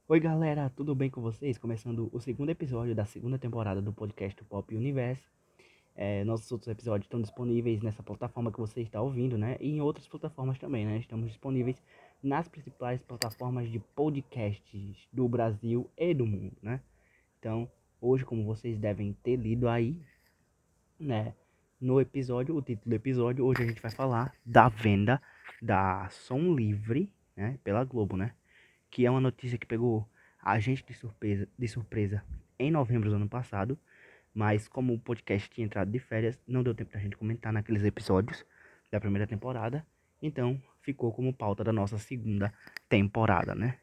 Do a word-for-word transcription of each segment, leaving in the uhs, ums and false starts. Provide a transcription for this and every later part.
Oi galera, tudo bem com vocês? Começando o segundo episódio da segunda temporada do podcast Pop Universo. É, nossos outros episódios estão disponíveis nessa plataforma que você está ouvindo, né? E em outras plataformas também, né? Estamos disponíveis nas principais plataformas de podcasts do Brasil e do mundo, né? Então, hoje, como vocês devem ter lido aí, né? No episódio, o título do episódio, hoje a gente vai falar da venda da Som Livre, né? Pela Globo, né? Que é uma notícia que pegou a gente de surpresa, de surpresa em novembro do ano passado, mas como o podcast tinha entrado de férias, não deu tempo da gente comentar naqueles episódios da primeira temporada, então ficou como pauta da nossa segunda temporada, né?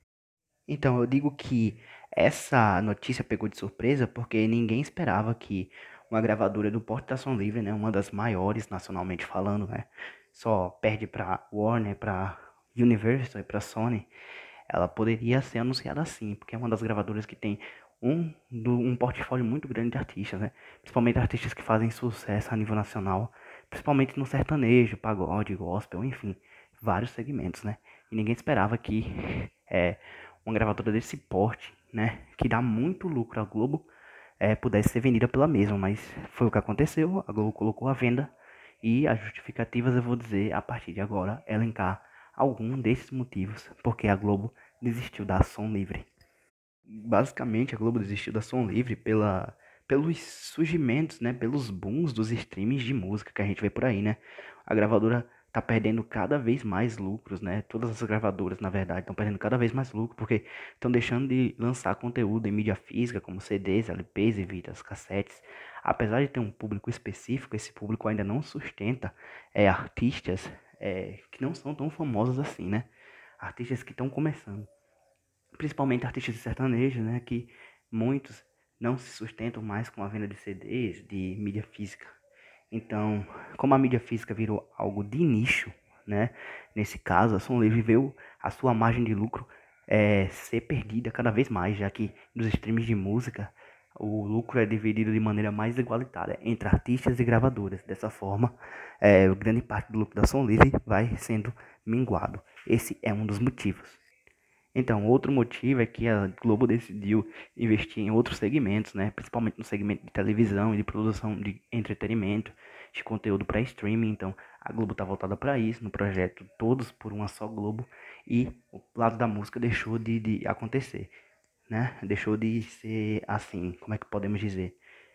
Então eu digo que essa notícia pegou de surpresa porque ninguém esperava que uma gravadora do porte da Som Livre, né, uma das maiores nacionalmente falando, né, só perde para Warner, para Universal e para Sony, ela poderia ser anunciada assim, porque é uma das gravadoras que tem um, do, um portfólio muito grande de artistas, né? Principalmente artistas que fazem sucesso a nível nacional, principalmente no sertanejo, pagode, gospel, enfim, vários segmentos, né? E ninguém esperava que é, uma gravadora desse porte, né, que dá muito lucro à Globo, é, pudesse ser vendida pela mesma, mas foi o que aconteceu, a Globo colocou à venda e as justificativas eu vou dizer a partir de agora, elencar algum desses motivos, porque a Globo desistiu da ação livre. Basicamente, a Globo desistiu da ação livre pela, pelos surgimentos, né, pelos booms dos streams de música que a gente vê por aí, né? A gravadora tá perdendo cada vez mais lucros, né? Todas as gravadoras, na verdade, estão perdendo cada vez mais lucro porque estão deixando de lançar conteúdo em mídia física, como C Ds, L Ps e fitas cassetes. Apesar de ter um público específico, esse público ainda não sustenta é, artistas é, que não são tão famosos assim, né? Artistas que estão começando, principalmente artistas de sertanejo, né, que muitos não se sustentam mais com a venda de C Ds, de mídia física. Então, como a mídia física virou algo de nicho, né, nesse caso, a Som Livre viu a sua margem de lucro é, ser perdida cada vez mais, já que nos streams de música o lucro é dividido de maneira mais igualitária entre artistas e gravadoras. Dessa forma, é, grande parte do lucro da Som Livre vai sendo minguado. Esse é um dos motivos. Então, outro motivo é que a Globo decidiu investir em outros segmentos, né? Principalmente no segmento de televisão e de produção de entretenimento, de conteúdo para streaming. Então, a Globo está voltada para isso, no projeto Todos por uma só Globo, e o lado da música deixou de, de acontecer, né? Deixou de ser assim, como é que podemos dizer?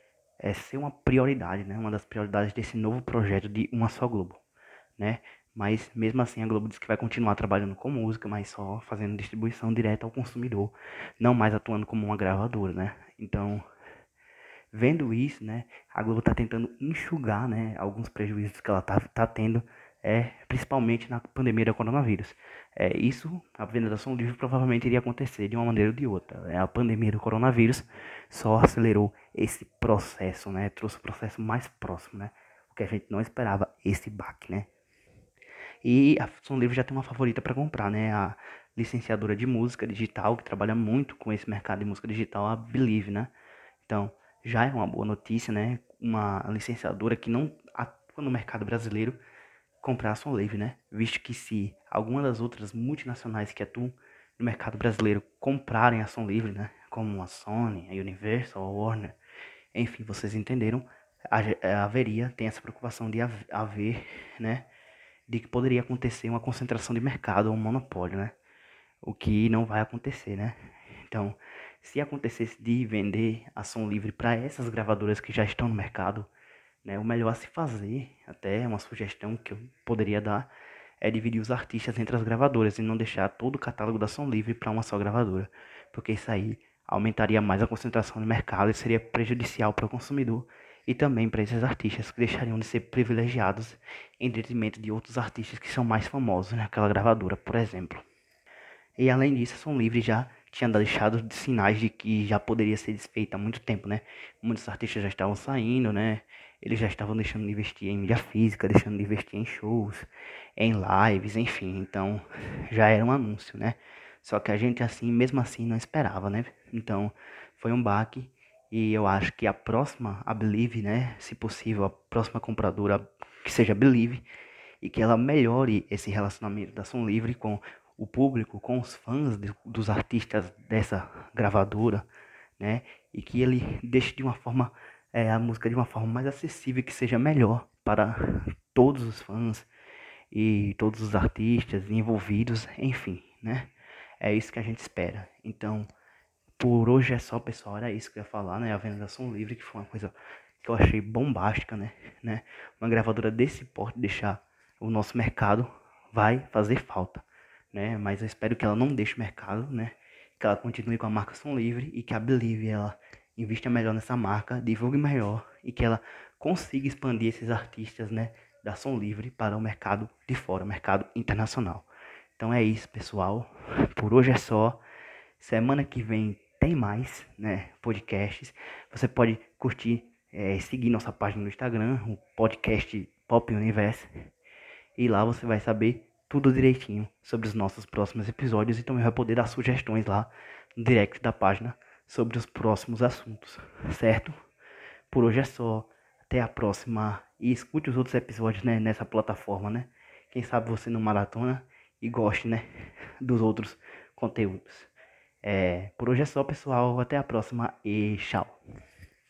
É ser uma prioridade, né? Uma das prioridades desse novo projeto de uma só Globo, né? Mas mesmo assim a Globo diz que vai continuar trabalhando com música, mas só fazendo distribuição direta ao consumidor, não mais atuando como uma gravadora, né? Então, vendo isso, né, a Globo está tentando enxugar, né, alguns prejuízos que ela tá, tá tendo, é, principalmente na pandemia do coronavírus. É, isso, a venda da Som Livre provavelmente iria acontecer de uma maneira ou de outra. É, a pandemia do coronavírus só acelerou esse processo, né, trouxe o processo mais próximo, né, o que a gente não esperava, esse baque, né. E a Som Livre já tem uma favorita para comprar, né? A licenciadora de música digital, que trabalha muito com esse mercado de música digital, a Believe, né? Então, já é uma boa notícia, né? Uma licenciadora que não atua no mercado brasileiro comprar a Som Livre, né? Visto que se alguma das outras multinacionais que atuam no mercado brasileiro comprarem a Som Livre, né? Como a Sony, a Universal, a Warner, enfim, vocês entenderam, haveria, tem essa preocupação de haver, né, de que poderia acontecer uma concentração de mercado ou um monopólio, né? O que não vai acontecer, né? Então, se acontecesse de vender ação livre para essas gravadoras que já estão no mercado, né, o melhor a se fazer, até uma sugestão que eu poderia dar, é dividir os artistas entre as gravadoras e não deixar todo o catálogo da ação livre para uma só gravadora, porque isso aí aumentaria mais a concentração no mercado e seria prejudicial para o consumidor e também para esses artistas que deixariam de ser privilegiados em detrimento de outros artistas que são mais famosos naquela gravadora, por exemplo. E além disso, a Som Livre já tinha deixado de sinais de que já poderia ser desfeita há muito tempo, né? Muitos artistas já estavam saindo, né? Eles já estavam deixando de investir em mídia física, deixando de investir em shows, em lives, enfim. Então, já era um anúncio, né? Só que a gente assim, mesmo assim, não esperava, né? Então, foi um baque. E eu acho que a próxima, a Believe, né? Se possível, a próxima compradora que seja Believe, e que ela melhore esse relacionamento da Som Livre com o público, com os fãs de, dos artistas dessa gravadora, né? E que ele deixe de uma forma é, a música de uma forma mais acessível, que seja melhor para todos os fãs e todos os artistas envolvidos, enfim, né? É isso que a gente espera. Então, por hoje é só, pessoal. Era isso que eu ia falar, né? A venda da Som Livre, que foi uma coisa que eu achei bombástica, né? né? Uma gravadora desse porte deixar o nosso mercado vai fazer falta, né? Mas eu espero que ela não deixe o mercado, né? Que ela continue com a marca Som Livre e que a Believe ela invista melhor nessa marca, divulgue melhor e que ela consiga expandir esses artistas, né? Da Som Livre para o mercado de fora, o mercado internacional. Então é isso, pessoal. Por hoje é só. Semana que vem tem mais, né, podcasts. Você pode curtir, é, seguir nossa página no Instagram, o podcast Pop Universe. E lá você vai saber tudo direitinho sobre os nossos próximos episódios e também vai poder dar sugestões lá no direct da página sobre os próximos assuntos, certo? Por hoje é só. Até a próxima. E escute os outros episódios, né, nessa plataforma, né? Quem sabe você não maratona e goste, né, dos outros conteúdos. É, por hoje é só, pessoal. Até a próxima e tchau.